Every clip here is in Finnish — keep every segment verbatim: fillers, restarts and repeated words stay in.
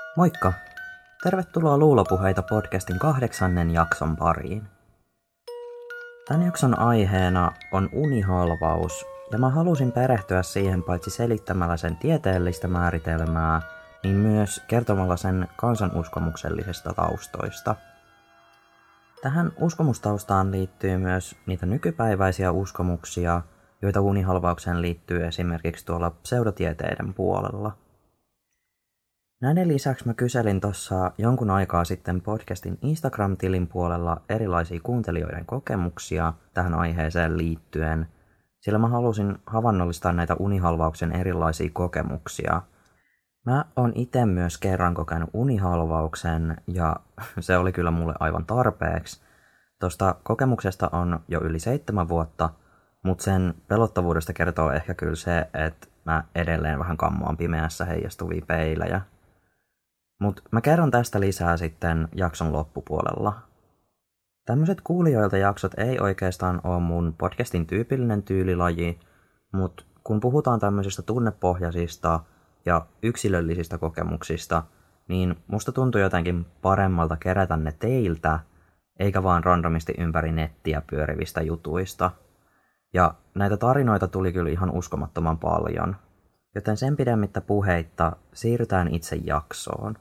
Moikka! Tervetuloa Luulopuheita podcastin kahdeksannen jakson pariin. Tämän jakson aiheena on unihalvaus, ja mä halusin perehtyä siihen paitsi selittämällä sen tieteellistä määritelmää, niin myös kertomalla sen kansanuskomuksellisista taustoista. Tähän uskomustaustaan liittyy myös niitä nykypäiväisiä uskomuksia, joita unihalvaukseen liittyy esimerkiksi tuolla pseudotieteiden puolella. Näiden lisäksi mä kyselin tuossa jonkun aikaa sitten podcastin Instagram-tilin puolella erilaisia kuuntelijoiden kokemuksia tähän aiheeseen liittyen, sillä mä halusin havainnollistaa näitä unihalvauksen erilaisia kokemuksia. Mä oon itse myös kerran kokenut unihalvauksen ja se oli kyllä mulle aivan tarpeeksi. Tuosta kokemuksesta on jo yli seitsemän vuotta, mutta sen pelottavuudesta kertoo ehkä kyllä se, että mä edelleen vähän kammoan pimeässä heijastuvia peilejä. Mutta mä kerron tästä lisää sitten jakson loppupuolella. Tämmöiset kuulijoilta jaksot ei oikeastaan ole mun podcastin tyypillinen tyylilaji, mutta kun puhutaan tämmöisistä tunnepohjaisista ja yksilöllisistä kokemuksista, niin musta tuntuu jotenkin paremmalta kerätä ne teiltä, eikä vaan randomisti ympäri nettiä pyörivistä jutuista. Ja näitä tarinoita tuli kyllä ihan uskomattoman paljon, joten sen pidemmittä puheitta siirrytään itse jaksoon.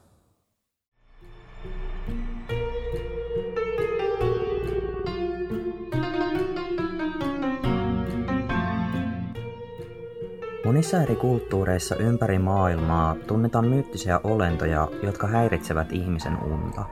Monissa eri kulttuureissa ympäri maailmaa tunnetaan myyttisiä olentoja, jotka häiritsevät ihmisen unta.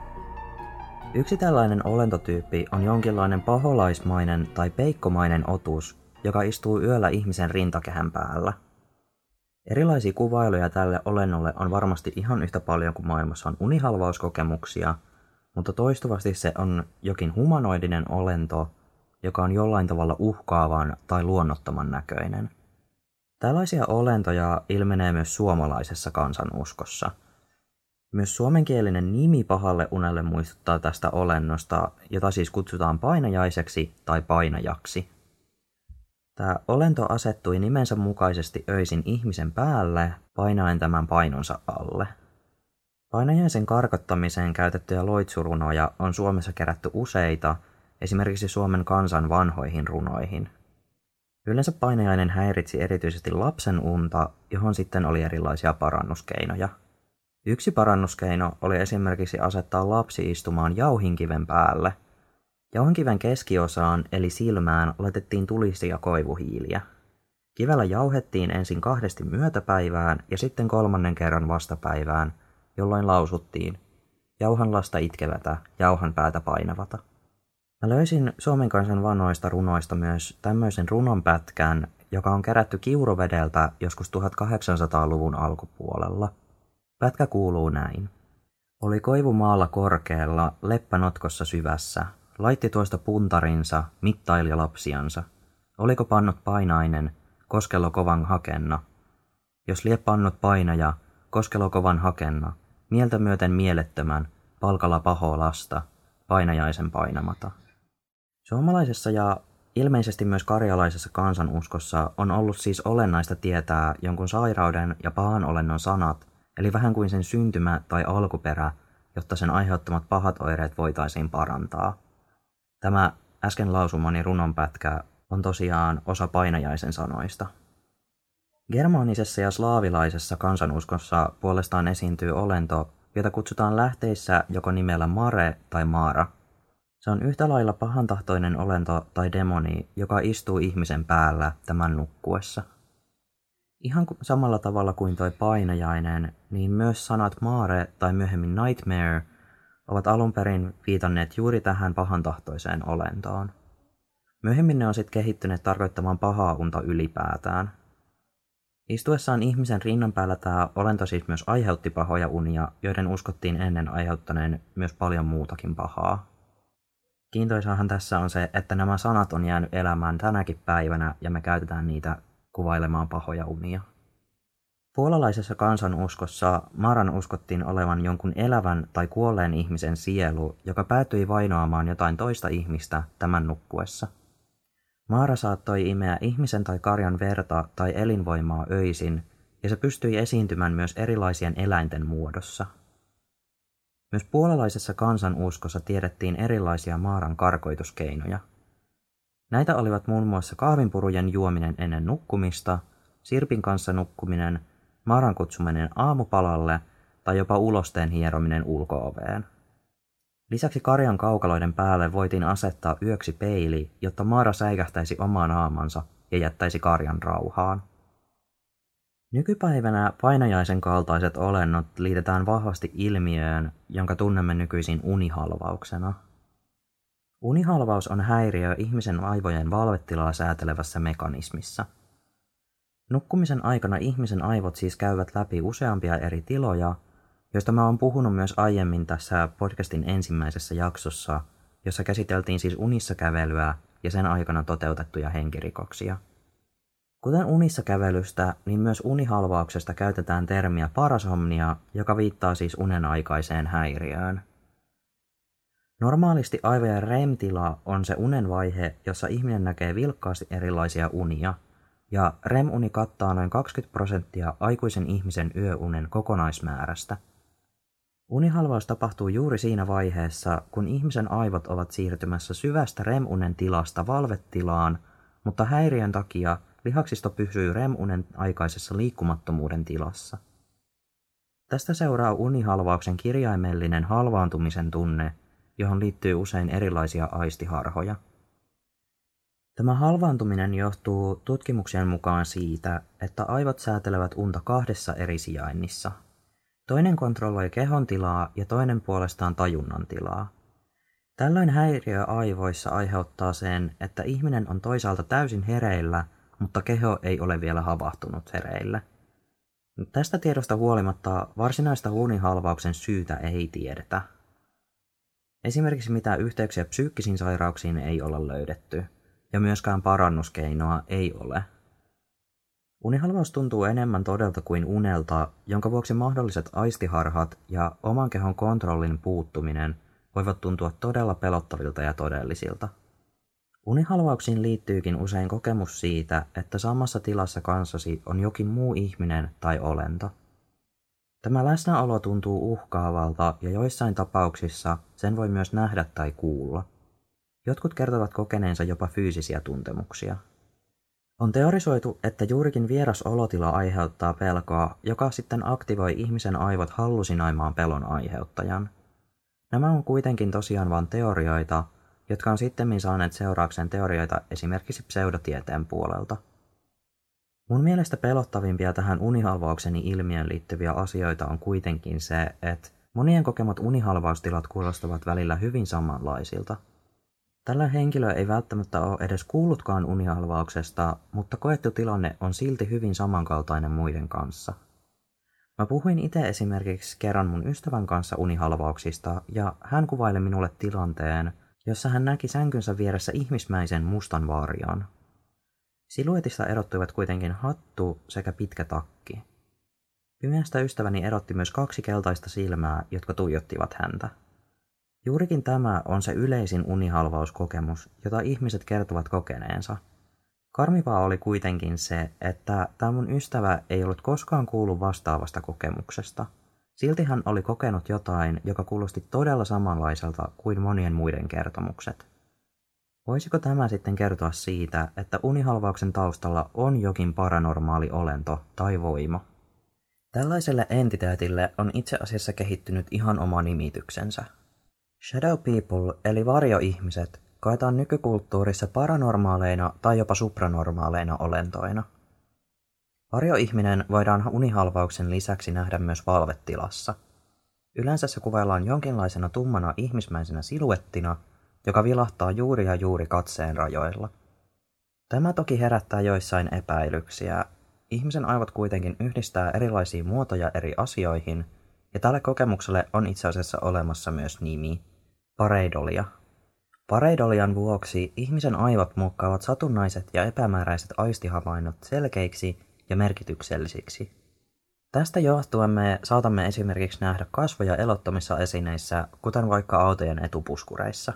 Yksi tällainen olentotyyppi on jonkinlainen paholaismainen tai peikkomainen otus, joka istuu yöllä ihmisen rintakehän päällä. Erilaisia kuvailuja tälle olennolle on varmasti ihan yhtä paljon kuin maailmassa on unihalvauskokemuksia, mutta toistuvasti se on jokin humanoidinen olento, joka on jollain tavalla uhkaavan tai luonnottoman näköinen. Tällaisia olentoja ilmenee myös suomalaisessa kansanuskossa. Myös suomenkielinen nimi pahalle unelle muistuttaa tästä olennosta, jota siis kutsutaan painajaiseksi tai painajaksi. Tämä olento asettui nimensä mukaisesti öisin ihmisen päälle, painaen tämän painonsa alle. Painajaisen karkottamiseen käytettyjä loitsurunoja on Suomessa kerätty useita, esimerkiksi Suomen kansan vanhoihin runoihin. Yleensä painajainen häiritsi erityisesti lapsen unta, johon sitten oli erilaisia parannuskeinoja. Yksi parannuskeino oli esimerkiksi asettaa lapsi istumaan jauhinkiven päälle. Jauhinkiven keskiosaan eli silmään laitettiin tulisia koivuhiiliä. Kivellä jauhettiin ensin kahdesti myötäpäivään ja sitten kolmannen kerran vastapäivään, jolloin lausuttiin jauhan lasta itkevätä, jauhan päätä painavata. Mä löysin Suomen kansan vanhoista runoista myös tämmöisen runonpätkän, joka on kerätty Kiuruvedeltä joskus tuhatkahdeksansataaluvun alkupuolella. Pätkä kuuluu näin. Oli koivu maalla korkealla, leppä notkossa syvässä. Laitti tuosta puntarinsa, mittaili lapsiansa. Oliko pannut painainen, koskelo kovan hakenna. Jos lie pannut painaja, koskelo kovan hakenna. Mieltä myöten mielettömän, palkalla paho lasta, painajaisen painamata. Suomalaisessa ja ilmeisesti myös karjalaisessa kansanuskossa on ollut siis olennaista tietää jonkun sairauden ja pahan olennon sanat, eli vähän kuin sen syntymä tai alkuperä, jotta sen aiheuttamat pahat oireet voitaisiin parantaa. Tämä äsken lausumani runonpätkä on tosiaan osa painajaisen sanoista. Germaanisessa ja slaavilaisessa kansanuskossa puolestaan esiintyy olento, jota kutsutaan lähteissä joko nimellä Mare tai Maara. Se on yhtä lailla pahantahtoinen olento tai demoni, joka istuu ihmisen päällä tämän nukkuessa. Ihan samalla tavalla kuin toi painajainen, niin myös sanat Mare tai myöhemmin Nightmare ovat alun perin viitanneet juuri tähän pahantahtoiseen olentoon. Myöhemmin ne on sitten kehittyneet tarkoittamaan pahaa unta ylipäätään. Istuessaan ihmisen rinnan päällä tämä olento siis myös aiheutti pahoja unia, joiden uskottiin ennen aiheuttaneen myös paljon muutakin pahaa. Kiintoisahan tässä on se, että nämä sanat on jäänyt elämään tänäkin päivänä ja me käytetään niitä kuvailemaan pahoja unia. Puolalaisessa kansanuskossa Maaran uskottiin olevan jonkun elävän tai kuolleen ihmisen sielu, joka päätyi vainoamaan jotain toista ihmistä tämän nukkuessa. Maara saattoi imeä ihmisen tai karjan verta tai elinvoimaa öisin, ja se pystyi esiintymään myös erilaisien eläinten muodossa. Myös puolalaisessa kansanuskossa tiedettiin erilaisia Maaran karkoituskeinoja. Näitä olivat muun muassa kahvinpurujen juominen ennen nukkumista, sirpin kanssa nukkuminen, Maaran kutsuminen aamupalalle tai jopa ulosteen hierominen ulko-oveen. Lisäksi karjan kaukaloiden päälle voitiin asettaa yöksi peili, jotta Maara säikähtäisi omaan aamansa ja jättäisi karjan rauhaan. Nykypäivänä painajaisen kaltaiset olennot liitetään vahvasti ilmiöön, jonka tunnemme nykyisin unihalvauksena. Unihalvaus on häiriö ihmisen aivojen valvetilaa säätelevässä mekanismissa. Nukkumisen aikana ihmisen aivot siis käyvät läpi useampia eri tiloja, joista mä oon puhunut myös aiemmin tässä podcastin ensimmäisessä jaksossa, jossa käsiteltiin siis unissa kävelyä ja sen aikana toteutettuja henkirikoksia. Kuten unissa kävelystä, niin myös unihalvauksesta käytetään termiä parasomnia, joka viittaa siis unen aikaiseen häiriöön. Normaalisti aivojen R E M-tila on se unen vaihe, jossa ihminen näkee vilkkaasti erilaisia unia, ja R E M-uni kattaa noin kaksikymmentä prosenttia aikuisen ihmisen yöunen kokonaismäärästä. Unihalvaus tapahtuu juuri siinä vaiheessa, kun ihmisen aivot ovat siirtymässä syvästä R E M-unen tilasta valvetilaan, mutta häiriön takia lihaksisto pysyy R E M-unen aikaisessa liikkumattomuuden tilassa. Tästä seuraa unihalvauksen kirjaimellinen halvaantumisen tunne, johon liittyy usein erilaisia aistiharhoja. Tämä halvaantuminen johtuu tutkimuksien mukaan siitä, että aivot säätelevät unta kahdessa eri sijainnissa. Toinen kontrolloi kehon tilaa ja toinen puolestaan tajunnan tilaa. Tällöin häiriö aivoissa aiheuttaa sen, että ihminen on toisaalta täysin hereillä, mutta keho ei ole vielä havahtunut hereille. Tästä tiedosta huolimatta varsinaista unihalvauksen syytä ei tiedetä. Esimerkiksi mitään yhteyksiä psyykkisiin sairauksiin ei olla löydetty, ja myöskään parannuskeinoa ei ole. Unihalvaus tuntuu enemmän todelta kuin unelta, jonka vuoksi mahdolliset aistiharhat ja oman kehon kontrollin puuttuminen voivat tuntua todella pelottavilta ja todellisilta. Unihalvauksiin liittyykin usein kokemus siitä, että samassa tilassa kanssasi on jokin muu ihminen tai olento. Tämä läsnäolo tuntuu uhkaavalta ja joissain tapauksissa sen voi myös nähdä tai kuulla. Jotkut kertovat kokeneensa jopa fyysisiä tuntemuksia. On teorisoitu, että juurikin vieras olotila aiheuttaa pelkoa, joka sitten aktivoi ihmisen aivot hallusinoimaan pelon aiheuttajan. Nämä on kuitenkin tosiaan vain teorioita, jotka on sittemmin saaneet seurauksen teorioita esimerkiksi pseudotieteen puolelta. Mun mielestä pelottavimpia tähän unihalvaukseni ilmiön liittyviä asioita on kuitenkin se, että monien kokemat unihalvaustilat kuulostavat välillä hyvin samanlaisilta. Tällä henkilö ei välttämättä ole edes kuullutkaan unihalvauksesta, mutta koettu tilanne on silti hyvin samankaltainen muiden kanssa. Mä puhuin itse esimerkiksi kerran mun ystävän kanssa unihalvauksista ja hän kuvaili minulle tilanteen, jossa hän näki sänkynsä vieressä ihmismäisen mustan varjon. Siluetista erottuivat kuitenkin hattu sekä pitkä takki. Pimeästä ystäväni erotti myös kaksi keltaista silmää, jotka tuijottivat häntä. Juurikin tämä on se yleisin unihalvauskokemus, jota ihmiset kertovat kokeneensa. Karmivaa oli kuitenkin se, että tämä mun ystävä ei ollut koskaan kuullut vastaavasta kokemuksesta. Silti hän oli kokenut jotain, joka kuulosti todella samanlaiselta kuin monien muiden kertomukset. Voisiko tämä sitten kertoa siitä, että unihalvauksen taustalla on jokin paranormaali olento tai voima? Tällaiselle entiteetille on itse asiassa kehittynyt ihan oma nimityksensä. Shadow people eli varjoihmiset koetaan nykykulttuurissa paranormaaleina tai jopa supranormaaleina olentoina. Varjoihminen voidaan unihalvauksen lisäksi nähdä myös valvetilassa. Yleensä se kuvaillaan jonkinlaisena tummana ihmismäisenä siluettina, joka vilahtaa juuri ja juuri katseen rajoilla. Tämä toki herättää joissain epäilyksiä. Ihmisen aivot kuitenkin yhdistää erilaisia muotoja eri asioihin, ja tälle kokemukselle on itse asiassa olemassa myös nimi, pareidolia. Pareidolian vuoksi ihmisen aivot muokkaavat satunnaiset ja epämääräiset aistihavainnot selkeiksi ja merkityksellisiksi. Tästä johtuen me saatamme esimerkiksi nähdä kasvoja elottomissa esineissä, kuten vaikka autojen etupuskureissa.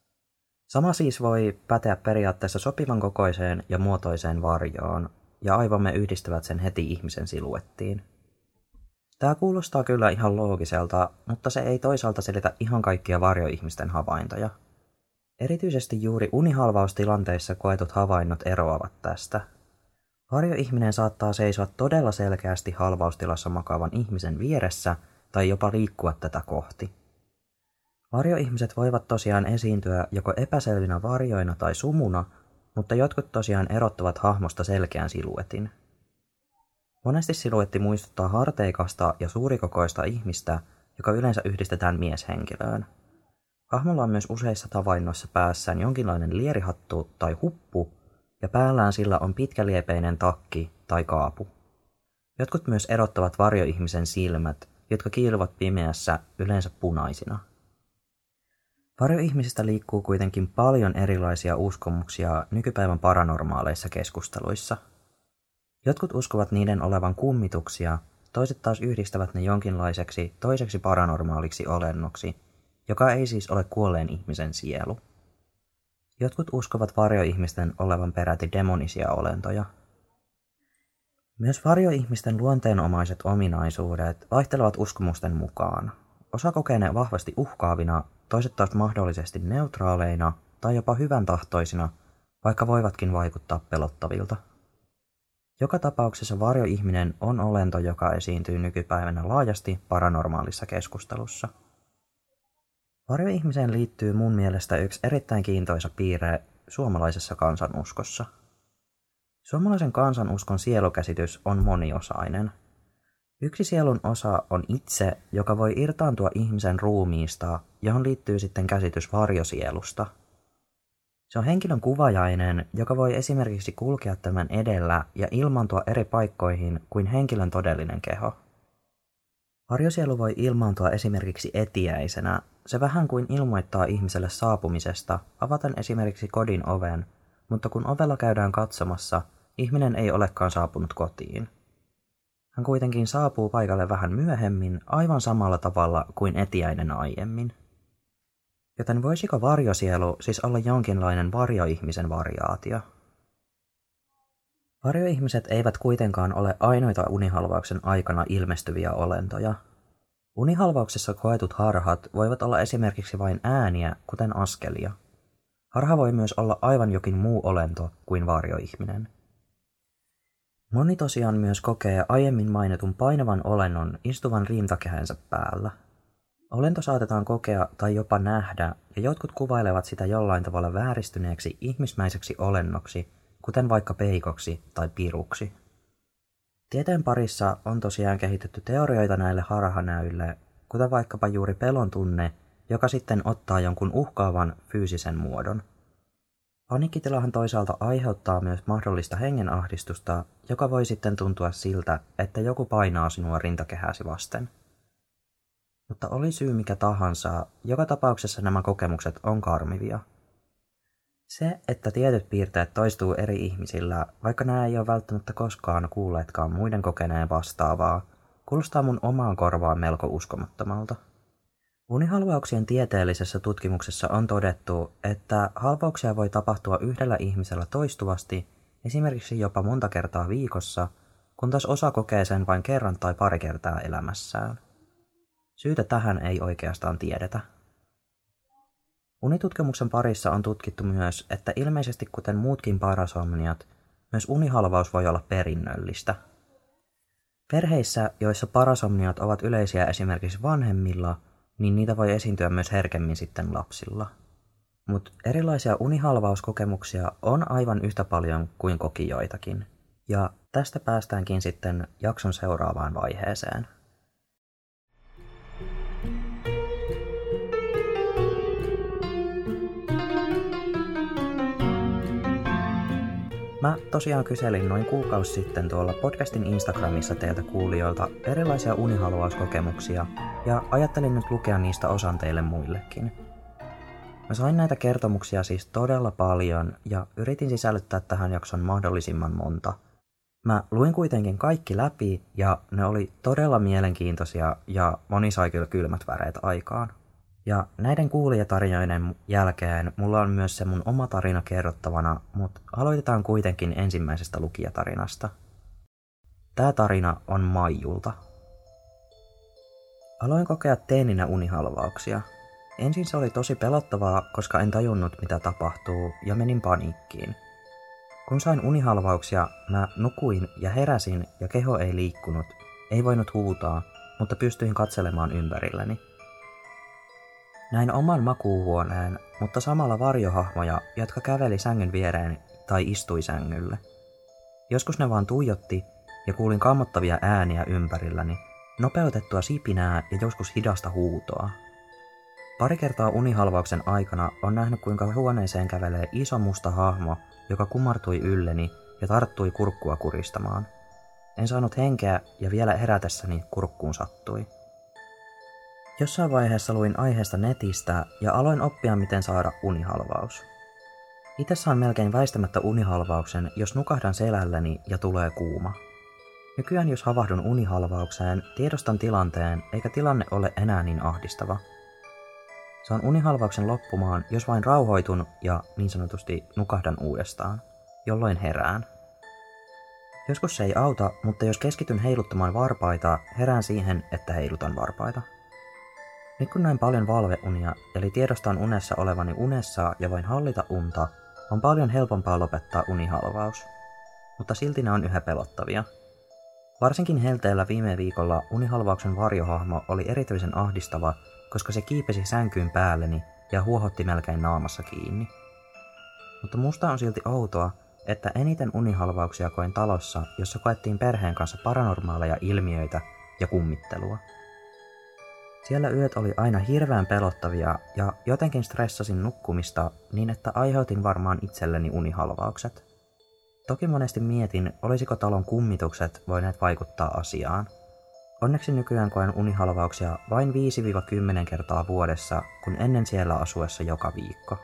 Sama siis voi päteä periaatteessa sopivan kokoiseen ja muotoiseen varjoon, ja aivomme yhdistävät sen heti ihmisen siluettiin. Tämä kuulostaa kyllä ihan loogiselta, mutta se ei toisaalta selitä ihan kaikkia varjoihmisten havaintoja. Erityisesti juuri unihalvaustilanteissa koetut havainnot eroavat tästä. Varjoihminen saattaa seisoa todella selkeästi halvaustilassa makaavan ihmisen vieressä tai jopa liikkua tätä kohti. Varjoihmiset voivat tosiaan esiintyä joko epäselvinä varjoina tai sumuna, mutta jotkut tosiaan erottavat hahmosta selkeän siluetin. Monesti siluetti muistuttaa harteikasta ja suurikokoista ihmistä, joka yleensä yhdistetään mieshenkilöön. Hahmolla on myös useissa havainnoissa päässään jonkinlainen lierihattu tai huppu, ja päällään sillä on pitkäliepeinen takki tai kaapu. Jotkut myös erottavat varjoihmisen silmät, jotka kiiluvat pimeässä yleensä punaisina. Varjoihmisistä liikkuu kuitenkin paljon erilaisia uskomuksia nykypäivän paranormaaleissa keskusteluissa. Jotkut uskovat niiden olevan kummituksia, toiset taas yhdistävät ne jonkinlaiseksi toiseksi paranormaaliksi olennoksi, joka ei siis ole kuolleen ihmisen sielu. Jotkut uskovat varjoihmisten olevan peräti demonisia olentoja. Myös varjoihmisten luonteenomaiset ominaisuudet vaihtelevat uskomusten mukaan. Osa kokee ne vahvasti uhkaavina, toiset taas mahdollisesti neutraaleina tai jopa hyvän tahtoisina, vaikka voivatkin vaikuttaa pelottavilta. Joka tapauksessa varjoihminen on olento, joka esiintyy nykypäivänä laajasti paranormaalissa keskustelussa. Varjoihmiseen liittyy mun mielestä yksi erittäin kiintoisa piirre suomalaisessa kansanuskossa. Suomalaisen kansanuskon sielukäsitys on moniosainen. Yksi sielun osa on itse, joka voi irtaantua ihmisen ruumiista, johon liittyy sitten käsitys varjosielusta. Se on henkilön kuvajainen, joka voi esimerkiksi kulkea tämän edellä ja ilmaantua eri paikkoihin kuin henkilön todellinen keho. Varjosielu voi ilmaantua esimerkiksi etiäisenä. Se vähän kuin ilmoittaa ihmiselle saapumisesta, avaten esimerkiksi kodin oven, mutta kun ovella käydään katsomassa, ihminen ei olekaan saapunut kotiin. Hän kuitenkin saapuu paikalle vähän myöhemmin, aivan samalla tavalla kuin etiäinen aiemmin. Joten voisiko varjosielu siis olla jonkinlainen varjoihmisen variaatio? Varjoihmiset eivät kuitenkaan ole ainoita unihalvauksen aikana ilmestyviä olentoja. Unihalvauksessa koetut harhat voivat olla esimerkiksi vain ääniä, kuten askelia. Harha voi myös olla aivan jokin muu olento kuin varjoihminen. Moni tosiaan myös kokee aiemmin mainitun painavan olennon istuvan rintakehänsä päällä. Olento saatetaan kokea tai jopa nähdä, ja jotkut kuvailevat sitä jollain tavalla vääristyneeksi ihmismäiseksi olennoksi, kuten vaikka peikoksi tai piruksi. Tieteen parissa on tosiaan kehitetty teorioita näille harhanäyille, kuten vaikkapa juuri pelon tunne, joka sitten ottaa jonkun uhkaavan fyysisen muodon. Paniikkitilahan toisaalta aiheuttaa myös mahdollista hengenahdistusta, joka voi sitten tuntua siltä, että joku painaa sinua rintakehäsi vasten. Mutta oli syy mikä tahansa, joka tapauksessa nämä kokemukset on karmivia. Se, että tietyt piirteet toistuu eri ihmisillä, vaikka nämä ei ole välttämättä koskaan kuulleetkaan muiden kokeneen vastaavaa, kuulostaa mun omaan korvaan melko uskomattomalta. Unihalvauksien tieteellisessä tutkimuksessa on todettu, että halvauksia voi tapahtua yhdellä ihmisellä toistuvasti, esimerkiksi jopa monta kertaa viikossa, kun taas osa kokee sen vain kerran tai pari kertaa elämässään. Syytä tähän ei oikeastaan tiedetä. Unitutkimuksen parissa on tutkittu myös, että ilmeisesti kuten muutkin parasomniat, myös unihalvaus voi olla perinnöllistä. Perheissä, joissa parasomniat ovat yleisiä esimerkiksi vanhemmilla, niin niitä voi esiintyä myös herkemmin sitten lapsilla. Mutta erilaisia unihalvauskokemuksia on aivan yhtä paljon kuin kokijoitakin. Ja tästä päästäänkin sitten jakson seuraavaan vaiheeseen. Mä tosiaan kyselin noin kuukausi sitten tuolla podcastin Instagramissa teiltä kuulijoilta erilaisia unihalvauskokemuksia ja ajattelin nyt lukea niistä osan teille muillekin. Mä sain näitä kertomuksia siis todella paljon ja yritin sisällyttää tähän jakson mahdollisimman monta. Mä luin kuitenkin kaikki läpi ja ne oli todella mielenkiintoisia ja moni sai kyllä kylmät väreet aikaan. Ja näiden kuulijatarinoiden jälkeen mulla on myös se mun oma tarina kerrottavana, mutta aloitetaan kuitenkin ensimmäisestä lukijatarinasta. Tää tarina on Maijulta. Aloin kokea teeninä unihalvauksia. Ensin se oli tosi pelottavaa, koska en tajunnut mitä tapahtuu ja menin paniikkiin. Kun sain unihalvauksia, mä nukuin ja heräsin ja keho ei liikkunut, ei voinut huutaa, mutta pystyin katselemaan ympärilleni. Näin oman makuuhuoneen, mutta samalla varjohahmoja, jotka käveli sängyn viereen tai istui sängylle. Joskus ne vaan tuijotti ja kuulin kammottavia ääniä ympärilläni, nopeutettua sipinää ja joskus hidasta huutoa. Pari kertaa unihalvauksen aikana on nähnyt, kuinka huoneeseen kävelee iso musta hahmo, joka kumartui ylleni ja tarttui kurkkua kuristamaan. En saanut henkeä ja vielä herätessäni kurkkuun sattui. Jossain vaiheessa luin aiheesta netistä ja aloin oppia, miten saada unihalvaus. Itse saan melkein väistämättä unihalvauksen, jos nukahdan selälleni ja tulee kuuma. Nykyään jos havahdun unihalvaukseen, tiedostan tilanteen, eikä tilanne ole enää niin ahdistava. Saan unihalvauksen loppumaan, jos vain rauhoitun ja niin sanotusti nukahdan uudestaan, jolloin herään. Joskus se ei auta, mutta jos keskityn heiluttamaan varpaita, herään siihen, että heilutan varpaita. Nyt kun näin paljon valveunia, eli tiedostan unessa olevani unessa ja voin hallita unta, on paljon helpompaa lopettaa unihalvaus. Mutta silti ne on yhä pelottavia. Varsinkin helteellä viime viikolla unihalvauksen varjohahmo oli erityisen ahdistava, koska se kiipesi sänkyyn päälleni ja huohotti melkein naamassa kiinni. Mutta musta on silti outoa, että eniten unihalvauksia koin talossa, jossa koettiin perheen kanssa paranormaaleja ilmiöitä ja kummittelua. Siellä yöt oli aina hirveän pelottavia ja jotenkin stressasin nukkumista niin, että aiheutin varmaan itselleni unihalvaukset. Toki monesti mietin, olisiko talon kummitukset voineet vaikuttaa asiaan. Onneksi nykyään koen unihalvauksia vain viisi kymmenen kertaa vuodessa, kun ennen siellä asuessa joka viikko.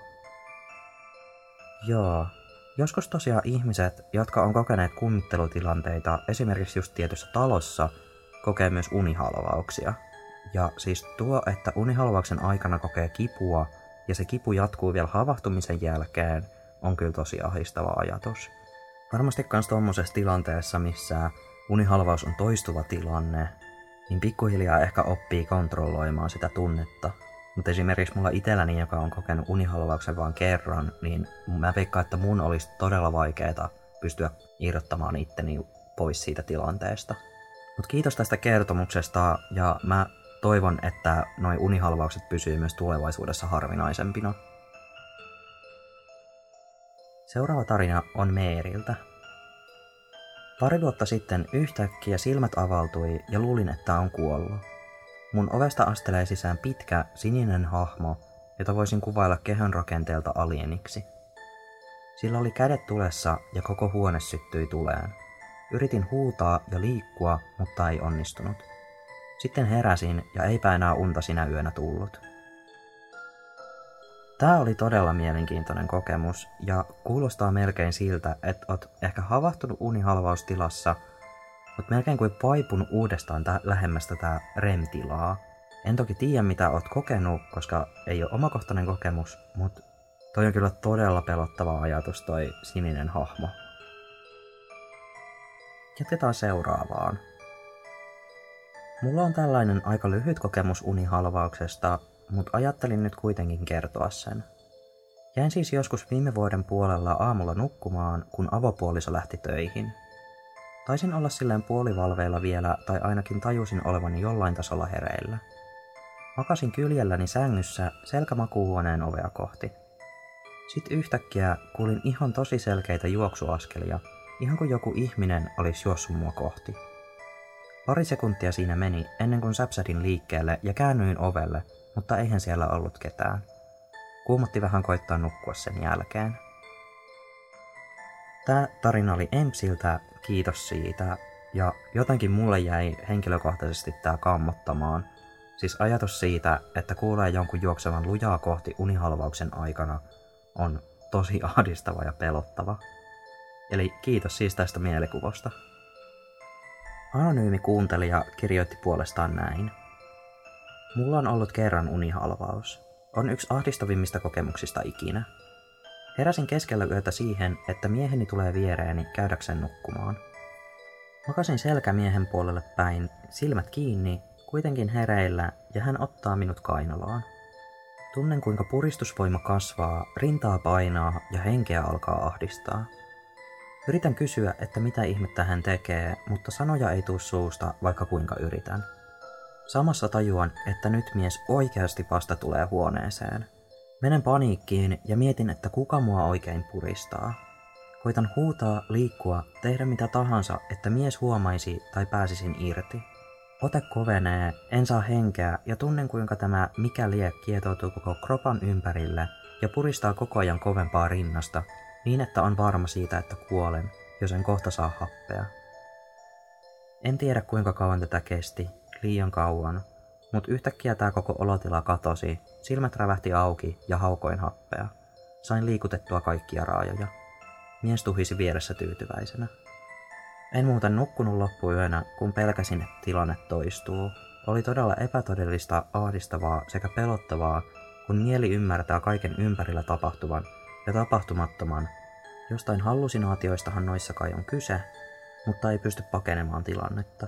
Joo, joskus tosiaan ihmiset, jotka on kokeneet kummittelutilanteita esimerkiksi just tietyssä talossa, kokee myös unihalvauksia. Ja siis tuo, että unihalvauksen aikana kokee kipua ja se kipu jatkuu vielä havahtumisen jälkeen, on kyllä tosi ahdistava ajatus. Varmasti kans tommosessa tilanteessa, missä unihalvaus on toistuva tilanne, niin pikkuhiljaa ehkä oppii kontrolloimaan sitä tunnetta. Mutta esimerkiksi mulla itselläni, joka on kokenut unihalvauksen vaan kerran, niin mä veikkaan, että mun olisi todella vaikeeta pystyä irrottamaan itteni pois siitä tilanteesta. Mut kiitos tästä kertomuksesta ja mä toivon, että noi unihalvaukset pysyy myös tulevaisuudessa harvinaisempina. Seuraava tarina on Meeriltä. Pari vuotta sitten yhtäkkiä silmät avautui ja luulin, että on kuollut. Mun ovesta astelee sisään pitkä, sininen hahmo, jota voisin kuvailla kehon rakenteelta alieniksi. Sillä oli kädet tulessa ja koko huone syttyi tuleen. Yritin huutaa ja liikkua, mutta ei onnistunut. Sitten heräsin ja eipä enää unta sinä yönä tullut. Tää oli todella mielenkiintoinen kokemus ja kuulostaa melkein siltä, että oot ehkä havahtunut unihalvaustilassa, mutta melkein kuin vaipunut uudestaan tä- lähemmäs tätä R E M-tilaa. En toki tiedä mitä oot kokenut, koska ei ole omakohtainen kokemus, mutta toi on kyllä todella pelottava ajatus toi sininen hahmo. Jatketaan seuraavaan. Mulla on tällainen aika lyhyt kokemus unihalvauksesta, mutta ajattelin nyt kuitenkin kertoa sen. Jäin siis joskus viime vuoden puolella aamulla nukkumaan, kun avopuoliso lähti töihin. Taisin olla silleen puolivalveilla vielä, tai ainakin tajusin olevani jollain tasolla hereillä. Makasin kyljelläni sängyssä selkämakuuhuoneen ovea kohti. Sitten yhtäkkiä kuulin ihan tosi selkeitä juoksuaskelia, ihan kuin joku ihminen olisi juossut mua kohti. Pari sekuntia siinä meni ennen kuin säpsähdin liikkeelle ja käännyin ovelle, mutta eihän siellä ollut ketään. Kuumotti vähän koittaa nukkua sen jälkeen. Tää tarina oli Empsiltä, kiitos siitä, ja jotenkin mulle jäi henkilökohtaisesti tää kammottamaan. Siis ajatus siitä, että kuulee jonkun juoksevan lujaa kohti unihalvauksen aikana, on tosi ahdistava ja pelottava. Eli kiitos siis tästä mielikuvasta. Anonyymi kuuntelija kirjoitti puolestaan näin. Mulla on ollut kerran unihalvaus. On yksi ahdistavimmista kokemuksista ikinä. Heräsin keskellä yötä siihen, että mieheni tulee viereeni käydäkseen nukkumaan. Makasin selkämiehen puolelle päin, silmät kiinni, kuitenkin hereillä ja hän ottaa minut kainaloon. Tunnen kuinka puristusvoima kasvaa, rintaa painaa ja henkeä alkaa ahdistaa. Yritän kysyä, että mitä ihmettä hän tekee, mutta sanoja ei tuu suusta, vaikka kuinka yritän. Samassa tajuan, että nyt mies oikeasti vasta tulee huoneeseen. Menen paniikkiin ja mietin, että kuka mua oikein puristaa. Koitan huutaa, liikkua, tehdä mitä tahansa, että mies huomaisi tai pääsisin irti. Ote kovenee, en saa henkeä ja tunnen kuinka tämä mikä lie kietoutuu koko kropan ympärille ja puristaa koko ajan kovempaa rinnasta, niin että on varma siitä, että kuolen, jos en kohta saa happea. En tiedä kuinka kauan tätä kesti, liian kauan, mutta yhtäkkiä tää koko olotila katosi, silmät rävähti auki ja haukoin happea. Sain liikutettua kaikkia raajoja. Mies tuhisi vieressä tyytyväisenä. En muuten nukkunut loppuyönä, kun pelkäsin, että tilanne toistuu. Oli todella epätodellista, ahdistavaa sekä pelottavaa, kun mieli ymmärtää kaiken ympärillä tapahtuvan ja tapahtumattoman. Jostain hallusinaatioistahan noissa kai on kyse, mutta ei pysty pakenemaan tilannetta.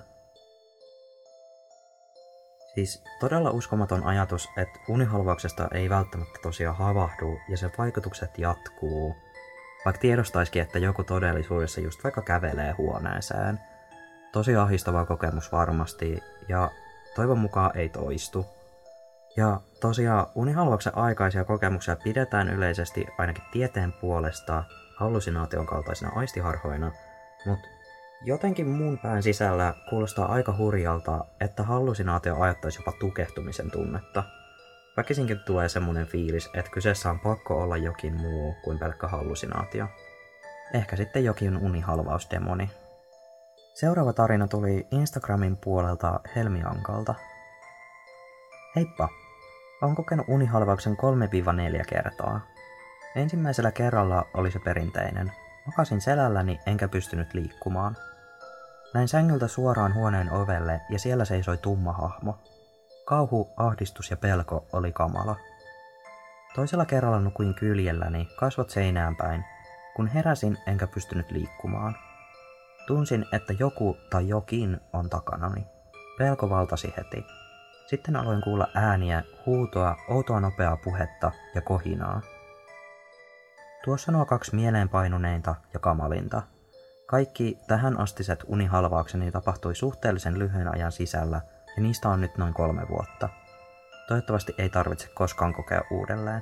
Siis todella uskomaton ajatus, että unihalvauksesta ei välttämättä tosiaan havahdu ja sen vaikutukset jatkuu. Vaikka tiedostaisikin, että joku todellisuudessa just vaikka kävelee huoneeseen. Tosi ahdistava kokemus varmasti, ja toivon mukaan ei toistu. Ja tosiaan unihalvauksen aikaisia kokemuksia pidetään yleisesti ainakin tieteen puolesta hallusinaation kaltaisina aistiharhoina, mutta jotenkin mun pään sisällä kuulostaa aika hurjalta, että hallusinaatio ajattaisi jopa tukehtumisen tunnetta. Väkisinkin tulee semmonen fiilis, että kyseessä on pakko olla jokin muu kuin pelkkä hallusinaatio. Ehkä sitten jokin unihalvausdemoni. Seuraava tarina tuli Instagramin puolelta Helmiankalta. Heippa! Olen kokenut unihalvauksen kolme neljä kertaa. Ensimmäisellä kerralla oli se perinteinen. Makasin selälläni enkä pystynyt liikkumaan. Näin sängyltä suoraan huoneen ovelle ja siellä seisoi tumma hahmo. Kauhu, ahdistus ja pelko oli kamala. Toisella kerralla nukuin kyljelläni, kasvot seinään päin, kun heräsin enkä pystynyt liikkumaan. Tunsin, että joku tai jokin on takanani. Pelko valtasi heti. Sitten aloin kuulla ääniä, huutoa, outoa nopeaa puhetta ja kohinaa. Tuossa nuo kaksi mieleenpainuneinta ja kamalinta. Kaikki tähän astiset unihalvaukseni tapahtui suhteellisen lyhyen ajan sisällä, ja niistä on nyt noin kolme vuotta. Toivottavasti ei tarvitse koskaan kokea uudelleen.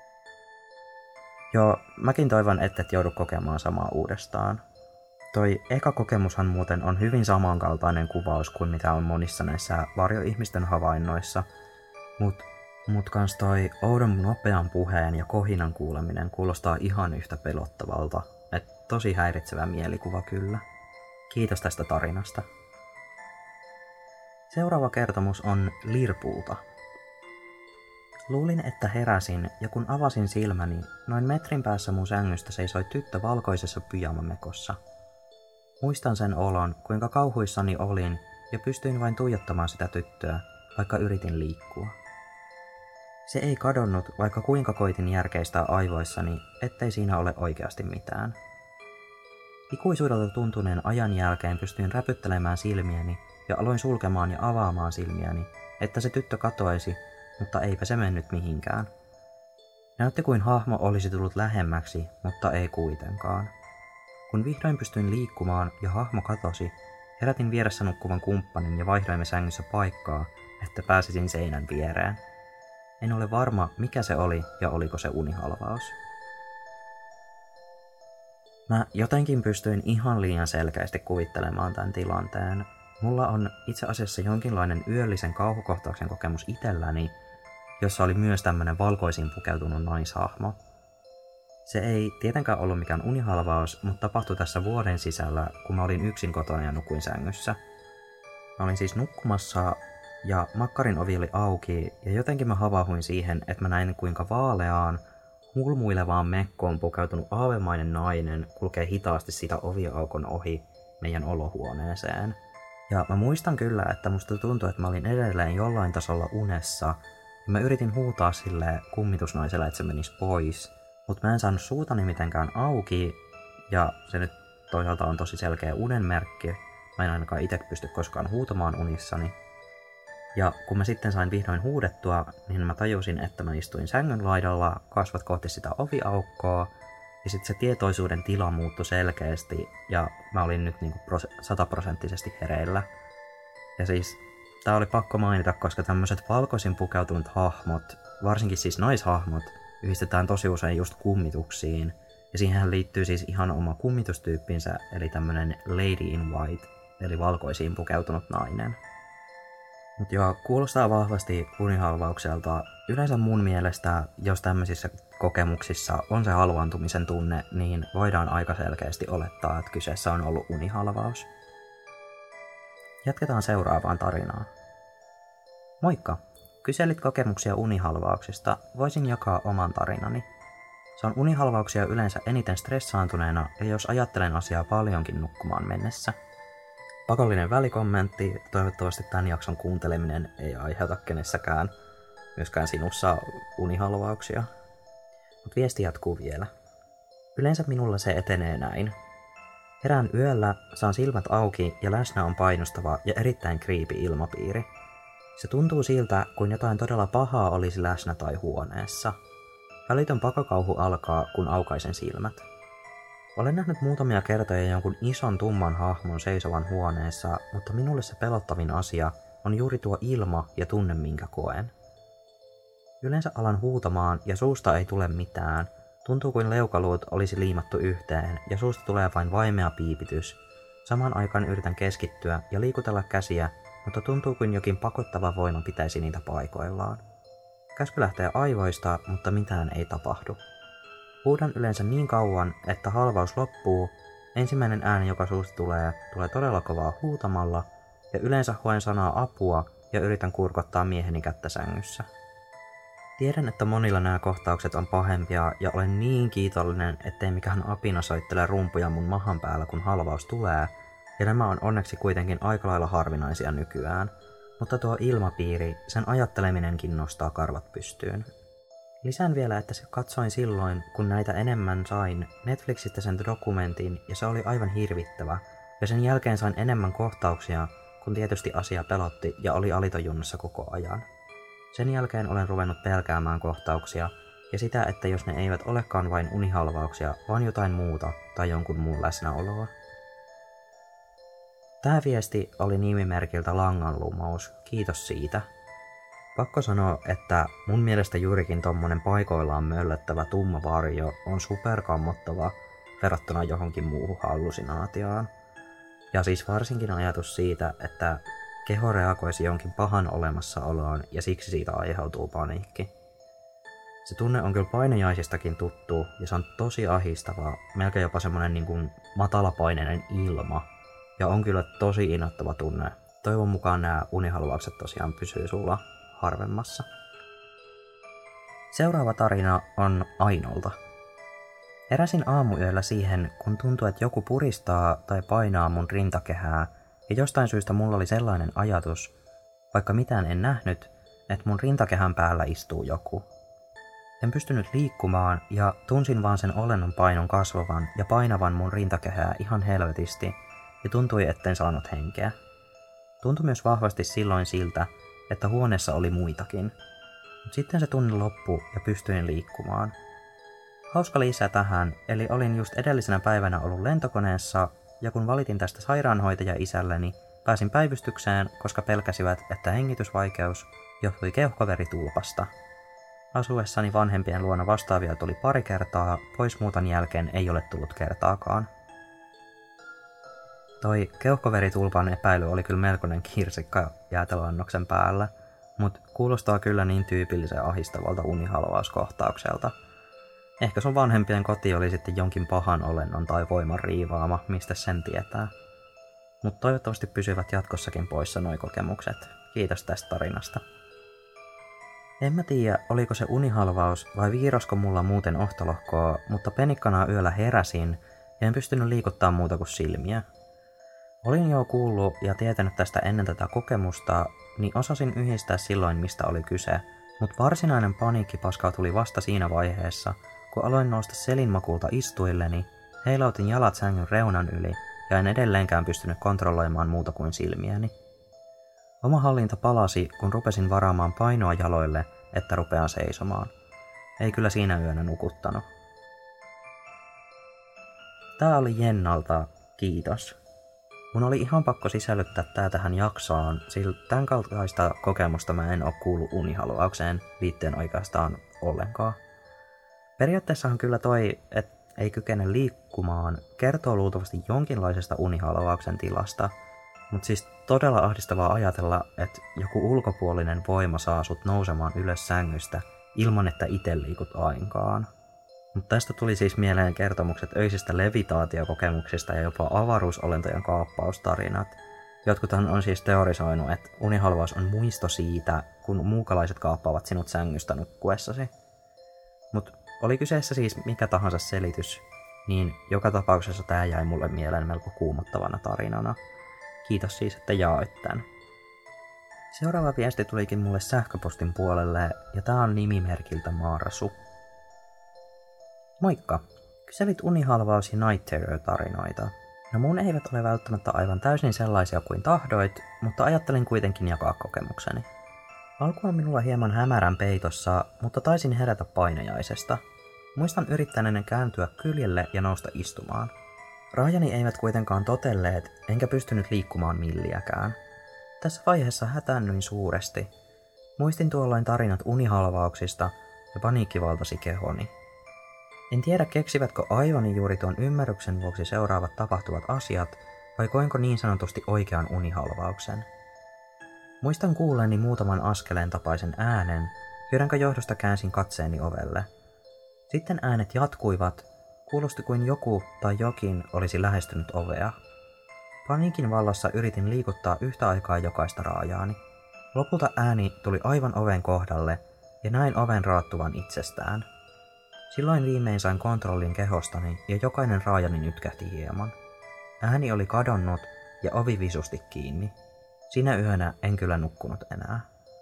Joo, mäkin toivon, ettet joudu kokemaan samaa uudestaan. Toi eka kokemushan muuten on hyvin samankaltainen kuvaus kuin mitä on monissa näissä varjoihmisten havainnoissa, mut, mut kans toi oudon nopean puheen ja kohinan kuuleminen kuulostaa ihan yhtä pelottavalta, et tosi häiritsevä mielikuva kyllä. Kiitos tästä tarinasta. Seuraava kertomus on Lirpulta. Luulin, että heräsin, ja kun avasin silmäni, noin metrin päässä mun sängystä seisoi tyttö valkoisessa pyjamamekossa. Muistan sen olon, kuinka kauhuissani olin, ja pystyin vain tuijottamaan sitä tyttöä, vaikka yritin liikkua. Se ei kadonnut, vaikka kuinka koitin järkeistää aivoissani, ettei siinä ole oikeasti mitään. Ikuisuudelta tuntuneen ajan jälkeen pystyin räpyttelemään silmiäni, ja aloin sulkemaan ja avaamaan silmiäni, että se tyttö katoaisi, mutta eipä se mennyt mihinkään. Näytti kuin hahmo olisi tullut lähemmäksi, mutta ei kuitenkaan. Kun vihdoin pystyin liikkumaan ja hahmo katosi, herätin vieressä nukkuvan kumppanin ja vaihdoimme sängyssä paikkaa, että pääsisin seinän viereen. En ole varma, mikä se oli ja oliko se unihalvaus. Mä jotenkin pystyin ihan liian selkeästi kuvittelemaan tämän tilanteen. Mulla on itse asiassa jonkinlainen yöllisen kauhukohtauksen kokemus itselläni, jossa oli myös tämmönen valkoisin pukeutunut naishahmo. Se ei tietenkään ollut mikään unihalvaus, mutta tapahtui tässä vuoden sisällä, kun mä olin yksin kotona ja nukuin sängyssä. Mä olin siis nukkumassa ja makkarin ovi oli auki ja jotenkin mä havahuin siihen, että mä näin kuinka vaaleaan, hulmuilevaan mekkoon pukeutunut aavemainen nainen kulkee hitaasti sitä oviaukon ohi meidän olohuoneeseen. Ja mä muistan kyllä, että musta tuntui, että mä olin edelleen jollain tasolla unessa. Ja mä yritin huutaa sille kummitusnaiselle, että se menisi pois. Mutta mä en saanut suutani mitenkään auki. Ja se nyt toisaalta on tosi selkeä unenmerkki. Mä en ainakaan itse pysty koskaan huutamaan unissani. Ja kun mä sitten sain vihdoin huudettua, niin mä tajusin, että mä istuin sängyn laidalla, kasvot kohti sitä oviaukkoa, ja sitten se tietoisuuden tila muuttui selkeästi, ja mä olin nyt niinku sataprosenttisesti hereillä. Ja siis tää oli pakko mainita, koska tämmöiset valkoisin pukeutunut hahmot, varsinkin siis naishahmot, yhdistetään tosi usein just kummituksiin. Ja siihenhän liittyy siis ihan oma kummitustyyppinsä, eli tämmönen Lady in White, eli valkoisiin pukeutunut nainen. Mut joo, kuulostaa vahvasti unihalvaukselta. Yleensä mun mielestä, jos tämmöisissä kokemuksissa on se halvaantumisen tunne, niin voidaan aika selkeästi olettaa, että kyseessä on ollut unihalvaus. Jatketaan seuraavaan tarinaan. Moikka! Kyselit kokemuksia unihalvauksista. Voisin jakaa oman tarinani. Se on unihalvauksia yleensä eniten stressaantuneena ja jos ajattelen asiaa paljonkin nukkumaan mennessä. Pakollinen välikommentti, toivottavasti tämän jakson kuunteleminen ei aiheuta kenessäkään, myöskään sinussa unihalvauksia. Mut viesti jatkuu vielä. Yleensä minulla se etenee näin. Herään yöllä, saan silmät auki ja läsnä on painostava ja erittäin creepy ilmapiiri. Se tuntuu siltä, kuin jotain todella pahaa olisi läsnä tai huoneessa. Välitön pakokauhu alkaa, kun aukaisen silmät. Olen nähnyt muutamia kertoja jonkun ison tumman hahmon seisovan huoneessa, mutta minulle se pelottavin asia on juuri tuo ilma ja tunne, minkä koen. Yleensä alan huutamaan ja suusta ei tule mitään. Tuntuu kuin leukaluut olisi liimattu yhteen ja suusta tulee vain vaimea piipitys. Samaan aikaan yritän keskittyä ja liikutella käsiä, mutta tuntuu kuin jokin pakottava voima pitäisi niitä paikoillaan. Käsky lähtee aivoista, mutta mitään ei tapahdu. Huudan yleensä niin kauan, että halvaus loppuu, ensimmäinen ääni, joka suusta tulee, tulee todella kovaa huutamalla, ja yleensä hoen sanaa apua ja yritän kurkottaa mieheni kättä sängyssä. Tiedän, että monilla nämä kohtaukset on pahempia, ja olen niin kiitollinen, ettei mikään apina soittele rumpuja mun mahan päällä, kun halvaus tulee, ja nämä on onneksi kuitenkin aika lailla harvinaisia nykyään, mutta tuo ilmapiiri, sen ajatteleminenkin nostaa karvat pystyyn. Lisään vielä, että se katsoin silloin, kun näitä enemmän sain Netflixistä sen dokumentin, ja se oli aivan hirvittävä, ja sen jälkeen sain enemmän kohtauksia, kun tietysti asia pelotti ja oli alitojunnossa koko ajan. Sen jälkeen olen ruvennut pelkäämään kohtauksia, ja sitä, että jos ne eivät olekaan vain unihalvauksia, vaan jotain muuta tai jonkun muun läsnäoloa. Tää viesti oli nimimerkiltä Langanlumaus, kiitos siitä. Pakko sanoa, että mun mielestä juurikin tommonen paikoillaan möllöttävä tumma varjo on superkammottava verrattuna johonkin muuhun hallusinaatioon. Ja siis varsinkin ajatus siitä, että keho reagoisi jonkin pahan olemassaoloon ja siksi siitä aiheutuu paniikki. Se tunne on kyllä painajaisistakin tuttu ja se on tosi ahistavaa, melkein jopa semmonen niin kuin matalapaineinen ilma. Ja on kyllä tosi innoittava tunne. Toivon mukaan nämä unihalvaukset tosiaan pysyy sulla harvemmassa. Seuraava tarina on Ainolta. Heräsin aamuyöllä siihen, kun tuntui, että joku puristaa tai painaa mun rintakehää, ja jostain syystä mulla oli sellainen ajatus, vaikka mitään en nähnyt, että mun rintakehän päällä istuu joku. En pystynyt liikkumaan ja tunsin vaan sen olennon painon kasvavan ja painavan mun rintakehää ihan helvetisti, ja tuntui, etten saanut henkeä. Tuntui myös vahvasti silloin siltä, että huoneessa oli muitakin. Mut sitten se tunne loppui ja pystyin liikkumaan. Hauska lisä tähän, eli olin just edellisenä päivänä ollut lentokoneessa, ja kun valitin tästä sairaanhoitaja isälleni, pääsin päivystykseen, koska pelkäsivät, että hengitysvaikeus johtui keuhkoveritulpasta. Asuessani vanhempien luona vastaavia tuli pari kertaa, pois muuton jälkeen ei ole tullut kertaakaan. Toi keuhkoveritulpan epäily oli kyllä melkoinen kirsikka jäätelöannoksen päällä, mut kuulostaa kyllä niin tyypillisen ahistavalta unihalvauskohtaukselta. Ehkä sun vanhempien koti oli sitten jonkin pahan olennon tai voiman riivaama, mistä sen tietää. Mut toivottavasti pysyvät jatkossakin poissa noi kokemukset. Kiitos tästä tarinasta. En mä tiedä, oliko se unihalvaus vai viirasko mulla muuten ohtolohkoa, mutta penikkana yöllä heräsin ja en pystynyt liikuttaa muuta kuin silmiä. Olin jo kuullut ja tietänyt tästä ennen tätä kokemusta, niin osasin yhdistää silloin mistä oli kyse, mutta varsinainen paniikkipaska tuli vasta siinä vaiheessa, kun aloin nousta selinmakulta istuilleni, heilautin jalat sängyn reunan yli ja en edelleenkään pystynyt kontrolloimaan muuta kuin silmiäni. Oma hallinta palasi, kun rupesin varaamaan painoa jaloille, että rupean seisomaan. Ei kyllä siinä yönä nukuttanut. Tää oli Jennalta, kiitos. Mun oli ihan pakko sisällyttää tää tähän jaksoon, sillä tämän kaltaista kokemusta mä en oo kuullut unihalvaukseen liittyen oikeastaan ollenkaan. Periaatteessahan kyllä toi, että ei kykene liikkumaan, kertoo luultavasti jonkinlaisesta unihalvauksen tilasta, mutta siis todella ahdistavaa ajatella, että joku ulkopuolinen voima saa sut nousemaan ylös sängystä ilman, että itse liikut lainkaan. Mutta tästä tuli siis mieleen kertomukset öisistä levitaatiokokemuksista ja jopa avaruusolentojen kaappaustarinat. Jotkuthan on siis teorisoinut, että unihalvaus on muisto siitä, kun muukalaiset kaappaavat sinut sängystä nukkuessasi. Mutta oli kyseessä siis mikä tahansa selitys, niin joka tapauksessa tää jäi mulle mieleen melko kuumottavana tarinana. Kiitos siis, että jaoit tän. Seuraava viesti tulikin mulle sähköpostin puolelle, ja tää on nimimerkiltä Marsu. Moikka! Kyselit unihalvaus- ja night terror-tarinoita. No mun eivät ole välttämättä aivan täysin sellaisia kuin tahdoit, mutta ajattelin kuitenkin jakaa kokemukseni. Alku on minulla hieman hämärän peitossa, mutta taisin herätä painajaisesta. Muistan yrittäneeni kääntyä kyljelle ja nousta istumaan. Raajani eivät kuitenkaan totelleet, enkä pystynyt liikkumaan milliäkään. Tässä vaiheessa hätäännyin suuresti. Muistin tuolloin tarinat unihalvauksista ja paniikki valtasi kehoni. En tiedä keksivätkö aivoni juuri tuon ymmärryksen vuoksi seuraavat tapahtuvat asiat, vai koinko niin sanotusti oikean unihalvauksen. Muistan kuulleeni muutaman askeleen tapaisen äänen, joidenka johdosta käänsin katseeni ovelle. Sitten äänet jatkuivat, kuulosti kuin joku tai jokin olisi lähestynyt ovea. Paniikin vallassa yritin liikuttaa yhtä aikaa jokaista raajaani. Lopulta ääni tuli aivan oven kohdalle ja näin oven raattuvan itsestään. Silloin viimein sain kontrollin kehostani ja jokainen raajani nytkähti hieman. Ääni oli kadonnut ja ovi visusti kiinni. Sinä yönä en kyllä nukkunut enää.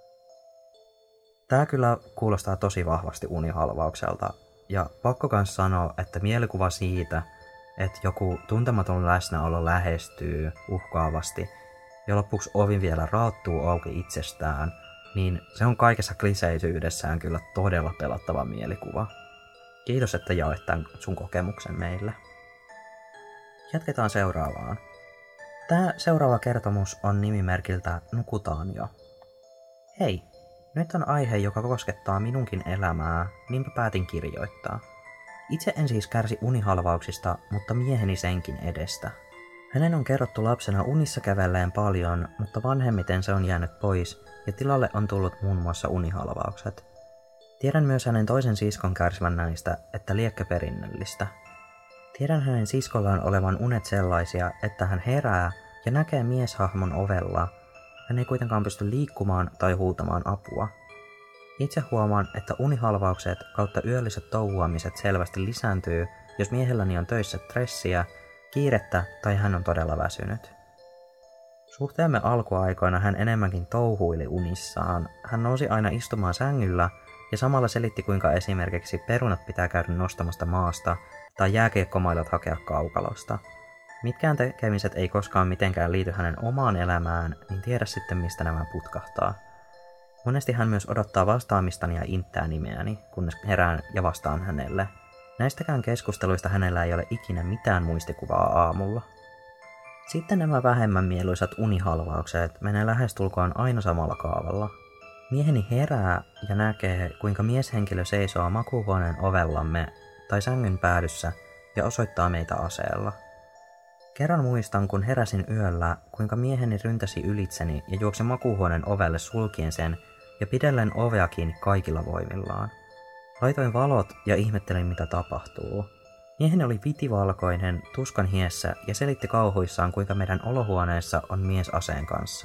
Tää kyllä kuulostaa tosi vahvasti unihalvaukselta, ja pakko kans sanoa, että mielikuva siitä, että joku tuntematon läsnäolo lähestyy uhkaavasti ja lopuksi ovi vielä raattuu auki itsestään, niin se on kaikessa kliseisyydessään kyllä todella pelottava mielikuva. Kiitos, että jaoit tämän sun kokemuksen meille. Jatketaan seuraavaan. Tää seuraava kertomus on nimimerkiltä Nukutaan jo. Hei, nyt on aihe, joka koskettaa minunkin elämää, niinpä päätin kirjoittaa. Itse en siis kärsi unihalvauksista, mutta mieheni senkin edestä. Hänen on kerrottu lapsena unissa kävelleen paljon, mutta vanhemmiten se on jäänyt pois ja tilalle on tullut muun muassa unihalvaukset. Tiedän myös hänen toisen siskon kärsivän näistä, että liekö perinnöllistä. Tiedän hänen siskollaan olevan unet sellaisia, että hän herää ja näkee mieshahmon ovella. Hän ei kuitenkaan pysty liikkumaan tai huutamaan apua. Itse huomaan, että unihalvaukset kautta yölliset touhuamiset selvästi lisääntyy, jos miehelläni on töissä stressiä, kiirettä tai hän on todella väsynyt. Suhteemme alkuaikoina hän enemmänkin touhuili unissaan. Hän nousi aina istumaan sängyllä ja samalla selitti, kuinka esimerkiksi perunat pitää käydä nostamasta maasta tai jääkiekkomailot hakea kaukalosta. Mitkään tekemiset ei koskaan mitenkään liity hänen omaan elämään, niin tiedä sitten mistä nämä putkahtaa. Monesti hän myös odottaa vastaamistani ja inttää nimeäni, kunnes herään ja vastaan hänelle. Näistäkään keskusteluista hänellä ei ole ikinä mitään muistikuvaa aamulla. Sitten nämä vähemmän mieluisat unihalvaukset menee lähestulkoon aina samalla kaavalla. Mieheni herää ja näkee, kuinka mieshenkilö seisoo makuuhuoneen ovellamme tai sängyn päädyssä ja osoittaa meitä aseella. Kerran muistan, kun heräsin yöllä, kuinka mieheni ryntäsi ylitseni ja juoksi makuuhuoneen ovelle sulkien sen ja pidellen ovea kiinni kaikilla voimillaan. Laitoin valot ja ihmettelin, mitä tapahtuu. Mieheni oli vitivalkoinen, tuskan hiessä ja selitti kauhuissaan, kuinka meidän olohuoneessa on mies aseen kanssa.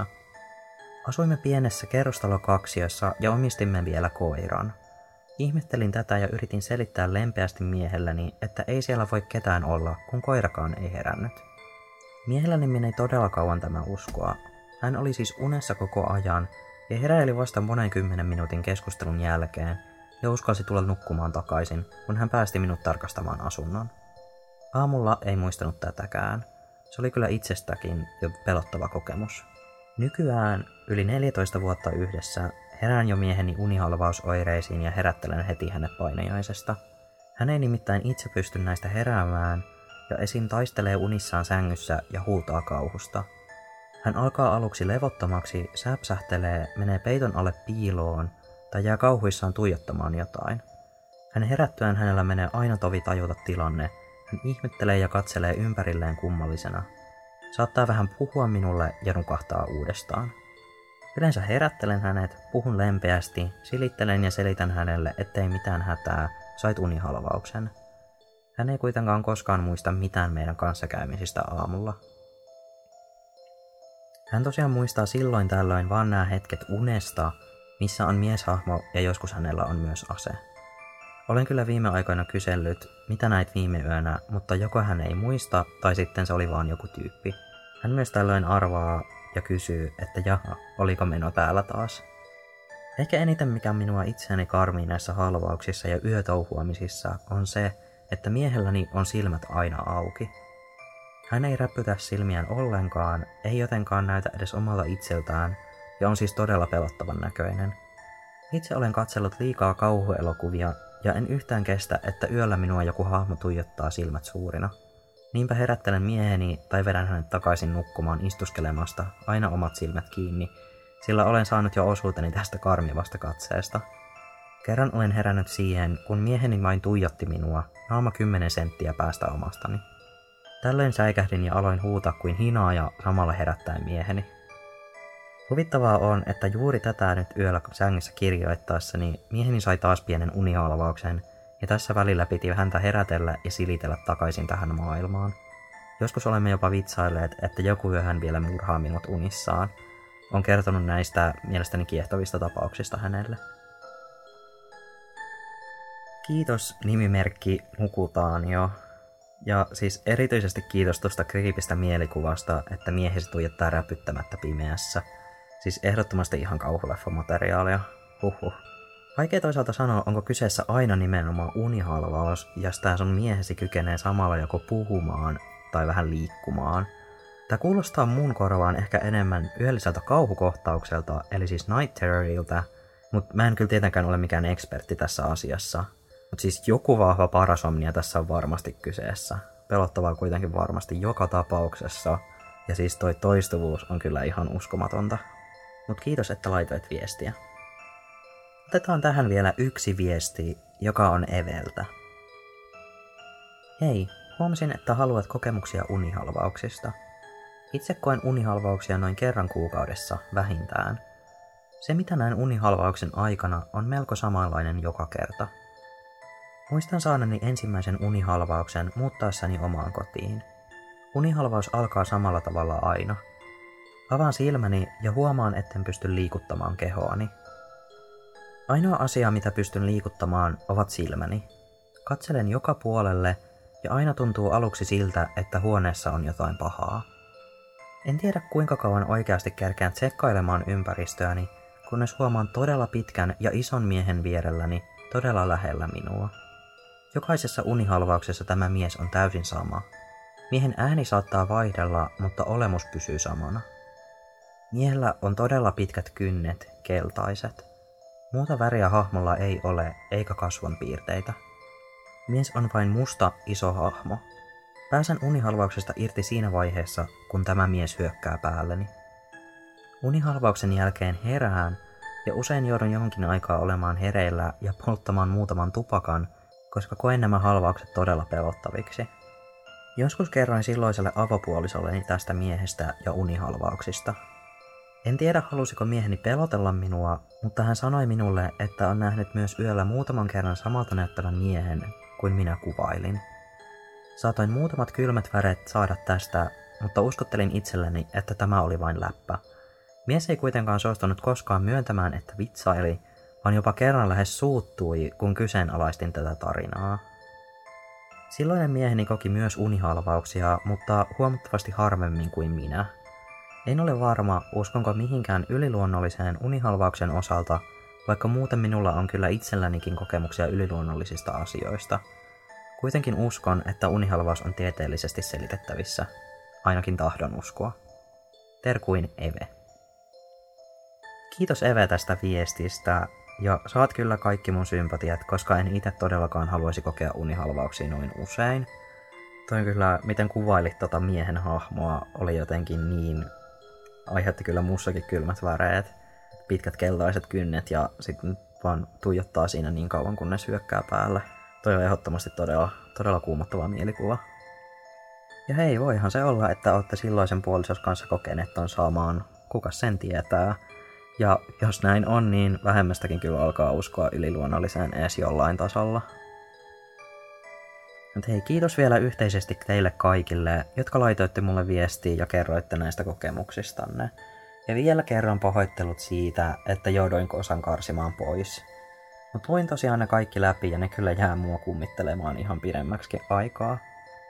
Asuimme pienessä kerrostalokaksiossa ja omistimme vielä koiran. Ihmettelin tätä ja yritin selittää lempeästi miehelleni, että ei siellä voi ketään olla, kun koirakaan ei herännyt. Miehelläni meni todella kauan tämä uskoa. Hän oli siis unessa koko ajan ja heräili vasta monen kymmenen minuutin keskustelun jälkeen ja uskalsi tulla nukkumaan takaisin, kun hän päästi minut tarkastamaan asunnon. Aamulla ei muistanut tätäkään. Se oli kyllä itsestäkin jo pelottava kokemus. Nykyään yli neljätoista vuotta yhdessä herään jo mieheni unihalvausoireisiin ja herättelen heti hänet painajaisesta. Hän ei nimittäin itse pysty näistä heräämään ja esim. Taistelee unissaan sängyssä ja huutaa kauhusta. Hän alkaa aluksi levottomaksi, säpsähtelee, menee peiton alle piiloon tai jää kauhuissaan tuijottamaan jotain. Hän herättyään hänellä menee aina tovi tajuta tilanne. Hän ihmettelee ja katselee ympärilleen kummallisena. Saattaa vähän puhua minulle ja nukahtaa uudestaan. Yleensä herättelen hänet, puhun lempeästi, silittelen ja selitän hänelle, ettei mitään hätää, sait unihalvauksen. Hän ei kuitenkaan koskaan muista mitään meidän kanssakäymisistä aamulla. Hän tosiaan muistaa silloin tällöin vaan nämä hetket unesta, missä on mieshahmo ja joskus hänellä on myös ase. Olen kyllä viime aikoina kysellyt, mitä näit viime yönä, mutta joko hän ei muista, tai sitten se oli vaan joku tyyppi. Hän myös tällöin arvaa ja kysyy, että jaha, oliko meno täällä taas. Ehkä eniten mikä minua itseäni karmii näissä halvauksissa ja yötouhuamisissa on se, että miehelläni on silmät aina auki. Hän ei räppytä silmiään ollenkaan, ei jotenkaan näytä edes omalta itseltään, ja on siis todella pelottavan näköinen. Itse olen katsellut liikaa kauhuelokuvia, ja en yhtään kestä, että yöllä minua joku hahmo tuijottaa silmät suurina. Niinpä herättelen mieheni tai vedän hänet takaisin nukkumaan istuskelemasta, aina omat silmät kiinni, sillä olen saanut jo osuuteni tästä karmivasta katseesta. Kerran olen herännyt siihen, kun mieheni vain tuijotti minua, naama kymmenen senttiä päästä omastani. Tällöin säikähdin ja aloin huutaa kuin hinaaja samalla herättäen mieheni. Huvittavaa on, että juuri tätä nyt yöllä sängyssä kirjoittaessani mieheni sai taas pienen unihalvauksen, ja tässä välillä piti häntä herätellä ja silitellä takaisin tähän maailmaan. Joskus olemme jopa vitsailleet, että joku yö hän vielä murhaa minut unissaan. On kertonut näistä mielestäni kiehtovista tapauksista hänelle. Kiitos nimimerkki Nukutaan jo. Ja siis erityisesti kiitos tuosta kriipistä mielikuvasta, että miehesi tuijottaa räpyttämättä pimeässä. Siis ehdottomasti ihan kauhuleffa-materiaalia. Huhhuh. Vaikea toisaalta sanoa, onko kyseessä aina nimenomaan unihalvaus, ja tää sun miehesi kykenee samalla joko puhumaan tai vähän liikkumaan. Tää kuulostaa mun korvaan ehkä enemmän yölliseltä kauhukohtaukselta, eli siis Night Terrorilta, mutta mä en kyllä tietenkään ole mikään ekspertti tässä asiassa. Mutta siis joku vahva parasomnia tässä on varmasti kyseessä. Pelottavaa kuitenkin varmasti joka tapauksessa, ja siis toi toistuvuus on kyllä ihan uskomatonta. Mut kiitos, että laitoit viestiä. Otetaan tähän vielä yksi viesti, joka on Eveltä. Hei, huomasin, että haluat kokemuksia unihalvauksista. Itse koen unihalvauksia noin kerran kuukaudessa vähintään. Se mitä näen unihalvauksen aikana on melko samanlainen joka kerta. Muistan saanani ensimmäisen unihalvauksen muuttaessani omaan kotiin. Unihalvaus alkaa samalla tavalla aina. Avaan silmäni ja huomaan, etten pysty liikuttamaan kehoani. Ainoa asia, mitä pystyn liikuttamaan, ovat silmäni. Katselen joka puolelle ja aina tuntuu aluksi siltä, että huoneessa on jotain pahaa. En tiedä kuinka kauan oikeasti kerkään tsekkailemaan ympäristöäni, kunnes huomaan todella pitkän ja ison miehen vierelläni, todella lähellä minua. Jokaisessa unihalvauksessa tämä mies on täysin sama. Miehen ääni saattaa vaihdella, mutta olemus pysyy samana. Miehellä on todella pitkät kynnet, keltaiset. Muuta väriä hahmolla ei ole, eikä kasvonpiirteitä. Mies on vain musta, iso hahmo. Pääsen unihalvauksesta irti siinä vaiheessa, kun tämä mies hyökkää päälleni. Unihalvauksen jälkeen herään, ja usein joudun jonkin aikaa olemaan hereillä ja polttamaan muutaman tupakan, koska koen nämä halvaukset todella pelottaviksi. Joskus kerroin silloiselle avopuolisolleni tästä miehestä ja unihalvauksista. En tiedä halusiko mieheni pelotella minua, mutta hän sanoi minulle, että on nähnyt myös yöllä muutaman kerran samalta näyttävän miehen kuin minä kuvailin. Saatoin muutamat kylmät väret saada tästä, mutta uskottelin itselleni, että tämä oli vain läppä. Mies ei kuitenkaan suostunut koskaan myöntämään, että vitsaili, vaan jopa kerran lähes suuttui, kun kyseenalaistin tätä tarinaa. Silloinen mieheni koki myös unihalvauksia, mutta huomattavasti harvemmin kuin minä. En ole varma, uskonko mihinkään yliluonnolliseen unihalvauksen osalta, vaikka muuten minulla on kyllä itsellänikin kokemuksia yliluonnollisista asioista. Kuitenkin uskon, että unihalvaus on tieteellisesti selitettävissä. Ainakin tahdon uskoa. Terkuin Eve. kiitos Eve tästä viestistä. Ja saat kyllä kaikki mun sympatiat, koska en itse todellakaan haluaisi kokea unihalvauksia noin usein. Toi kyllä, miten kuvailit tota miehen hahmoa, oli jotenkin niin... Aiheutti kyllä mussakin kylmät väreet, pitkät keltaiset kynnet ja sitten vaan tuijottaa siinä niin kauan, kunnes hyökkää päälle. Toi on ehdottomasti todella, todella kuumottava mielikuva. Ja hei, voihan se olla, että olette silloisen puolisos kanssa kokeneet ton samaan. Kukas sen tietää? Ja jos näin on, niin vähemmästäkin kyllä alkaa uskoa yliluonnolliseen edes jollain tasolla. Mut hei, kiitos vielä yhteisesti teille kaikille, jotka laitoitte mulle viestiä ja kerroitte näistä kokemuksistanne. Ja vielä kerran pahoittelut siitä, että jouduin osan karsimaan pois. Mut luin tosiaan ne kaikki läpi ja ne kyllä jää mua kummittelemaan ihan pidemmäksikin aikaa.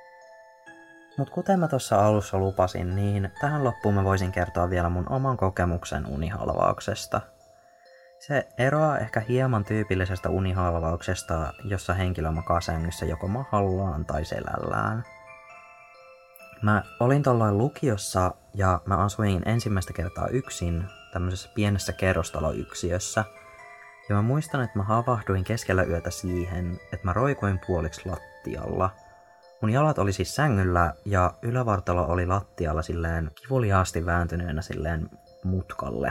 Mut kuten mä tuossa alussa lupasin, niin tähän loppuun mä voisin kertoa vielä mun oman kokemuksen unihalvauksesta. Se eroaa ehkä hieman tyypillisestä unihalvauksesta, jossa henkilö makaa sängyssä joko mahallaan tai selällään. Mä olin tuolloin lukiossa ja mä asuin ensimmäistä kertaa yksin tämmöisessä pienessä kerrostaloyksiössä. Ja mä muistan, että mä havahduin keskellä yötä siihen, että mä roikuin puoliksi lattialla. Mun jalat oli siis sängyllä ja ylävartalo oli lattialla silleen kivuliaasti vääntyneenä silleen mutkalle.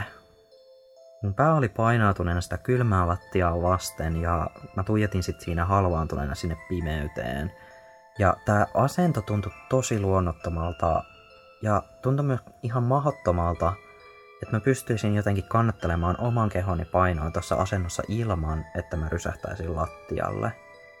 Mun pää oli painautuneena sitä kylmää lattiaa vasten ja mä tuijotin sit siinä halvaantuneena sinne pimeyteen. Ja tää asento tuntui tosi luonnottomalta ja tuntui myös ihan mahdottomalta, että mä pystyisin jotenkin kannattelemaan oman kehoni painoa tuossa asennossa ilman, että mä rysähtäisin lattialle.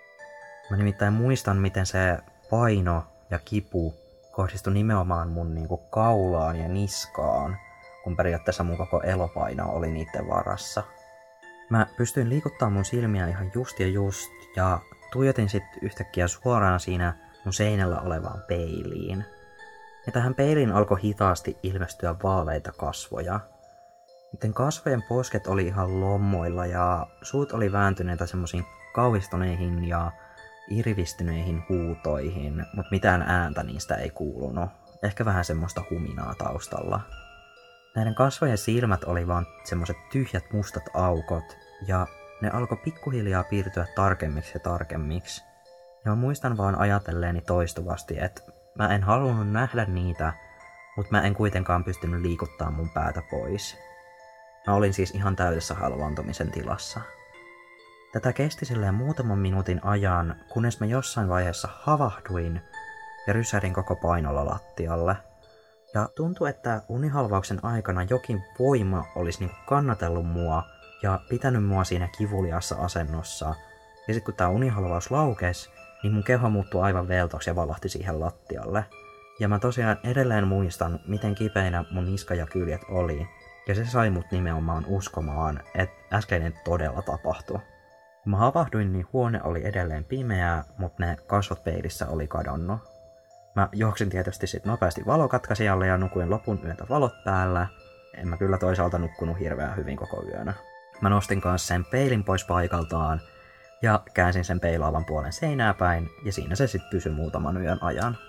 Mä nimittäin muistan, miten se paino ja kipu kohdistui nimenomaan mun niinku kaulaan ja niskaan, kun periaatteessa mun koko elopaino oli niiden varassa. Mä pystyin liikuttamaan mun silmiä ihan just ja just, ja tuijotin sitten yhtäkkiä suoraan siinä mun seinällä olevaan peiliin. Ja tähän peiliin alkoi hitaasti ilmestyä vaaleita kasvoja. Niiden kasvojen posket oli ihan lommoilla ja suut oli vääntyneitä semmosiin kauhistuneihin ja irvistyneihin huutoihin, mutta mitään ääntä niistä ei kuulunut. Ehkä vähän semmoista huminaa taustalla. Näiden kasvojen silmät oli vaan semmoset tyhjät mustat aukot, ja ne alkoi pikkuhiljaa piirtyä tarkemmiksi ja tarkemmiksi. Ja mä muistan vaan ajatelleeni toistuvasti, että mä en halunnut nähdä niitä, mutta mä en kuitenkaan pystynyt liikuttamaan mun päätä pois. Mä olin siis ihan täydessä halvaantumisen tilassa. Tätä kesti silleen muutaman minuutin ajan, kunnes mä jossain vaiheessa havahduin ja rysähdin koko painolla lattialle. Ja tuntui, että unihalvauksen aikana jokin voima olisi niinku kannatellut mua ja pitänyt mua siinä kivuliassa asennossa. Ja sit kun tää unihalvaus laukesi, niin mun keho muuttui aivan veltoksi ja valahti siihen lattialle. Ja mä tosiaan edelleen muistan, miten kipeinä mun niska ja kyljet oli. Ja se sai mut nimenomaan uskomaan, että äskeinen todella tapahtui. Kun mä havahduin, niin huone oli edelleen pimeää, mutta ne kasvot peilissä oli kadonnut. Mä juoksin tietysti sit nopeasti valokatkaisijalle ja nukuin lopun yötä valot päällä. En mä kyllä toisaalta nukkunut hirveän hyvin koko yönä. Mä nostin kanssa sen peilin pois paikaltaan ja käänsin sen peilaavan puolen seinää päin ja siinä se sit pysyi muutaman yön ajan.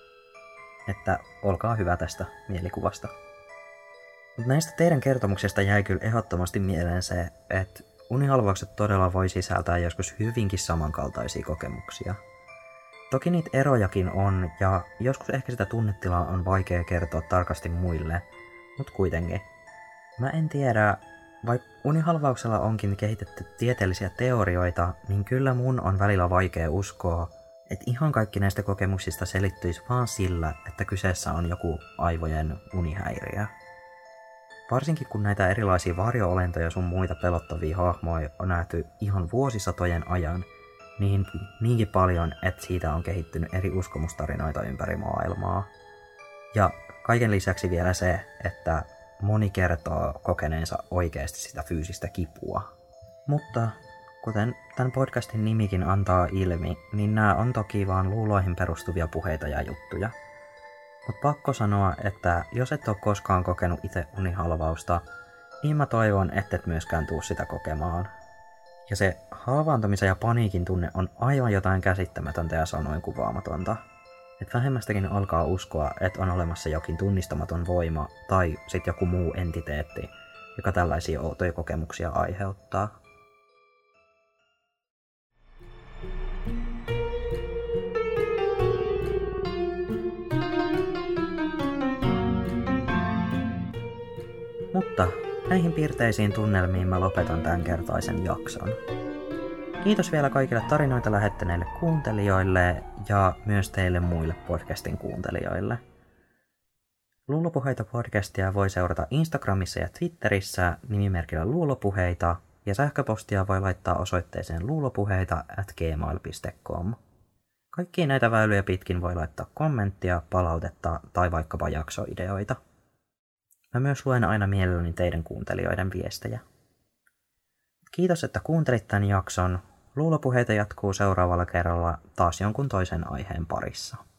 Että olkaa hyvä tästä mielikuvasta. Mut näistä teidän kertomuksista jäi kyllä ehdottomasti mieleen se, että unihalvaukset todella voi sisältää joskus hyvinkin samankaltaisia kokemuksia. Toki niitä erojakin on, ja joskus ehkä sitä tunnetilaa on vaikea kertoa tarkasti muille, mut kuitenkin. Mä en tiedä, vaikka unihalvauksella onkin kehitetty tieteellisiä teorioita, niin kyllä mun on välillä vaikea uskoa, että ihan kaikki näistä kokemuksista selittyisi vaan sillä, että kyseessä on joku aivojen unihäiriö. Varsinkin kun näitä erilaisia varjo-olentoja sun muita pelottavia hahmoja on nähty ihan vuosisatojen ajan, niin niinkin paljon, että siitä on kehittynyt eri uskomustarinoita ympäri maailmaa. Ja kaiken lisäksi vielä se, että moni kertoo kokeneensa oikeasti sitä fyysistä kipua. Mutta kuten tämän podcastin nimikin antaa ilmi, niin nämä on toki vaan luuloihin perustuvia puheita ja juttuja. Mutta pakko sanoa, että jos et ole koskaan kokenut itse unihalvausta, niin mä toivon, ettet myöskään tuu sitä kokemaan. Ja se halvaantumisen ja paniikin tunne on aivan jotain käsittämätöntä ja sanoin kuvaamatonta. Että vähemmästäkin alkaa uskoa, että on olemassa jokin tunnistamaton voima tai sit joku muu entiteetti, joka tällaisia outoja kokemuksia aiheuttaa. Mutta näihin piirteisiin tunnelmiin mä lopetan tämänkertaisen jakson. Kiitos vielä kaikille tarinoita lähettäneille kuuntelijoille ja myös teille muille podcastin kuuntelijoille. Luulopuheita podcastia voi seurata Instagramissa ja Twitterissä nimimerkillä luulopuheita ja sähköpostia voi laittaa osoitteeseen luulopuheita at gmail piste com. Kaikkiin näitä väyliä pitkin voi laittaa kommenttia, palautetta tai vaikkapa jaksoideoita. Mä myös luen aina mielelläni teidän kuuntelijoiden viestejä. Kiitos, että kuuntelit tämän jakson. Luulopuheita jatkuu seuraavalla kerralla taas jonkun toisen aiheen parissa.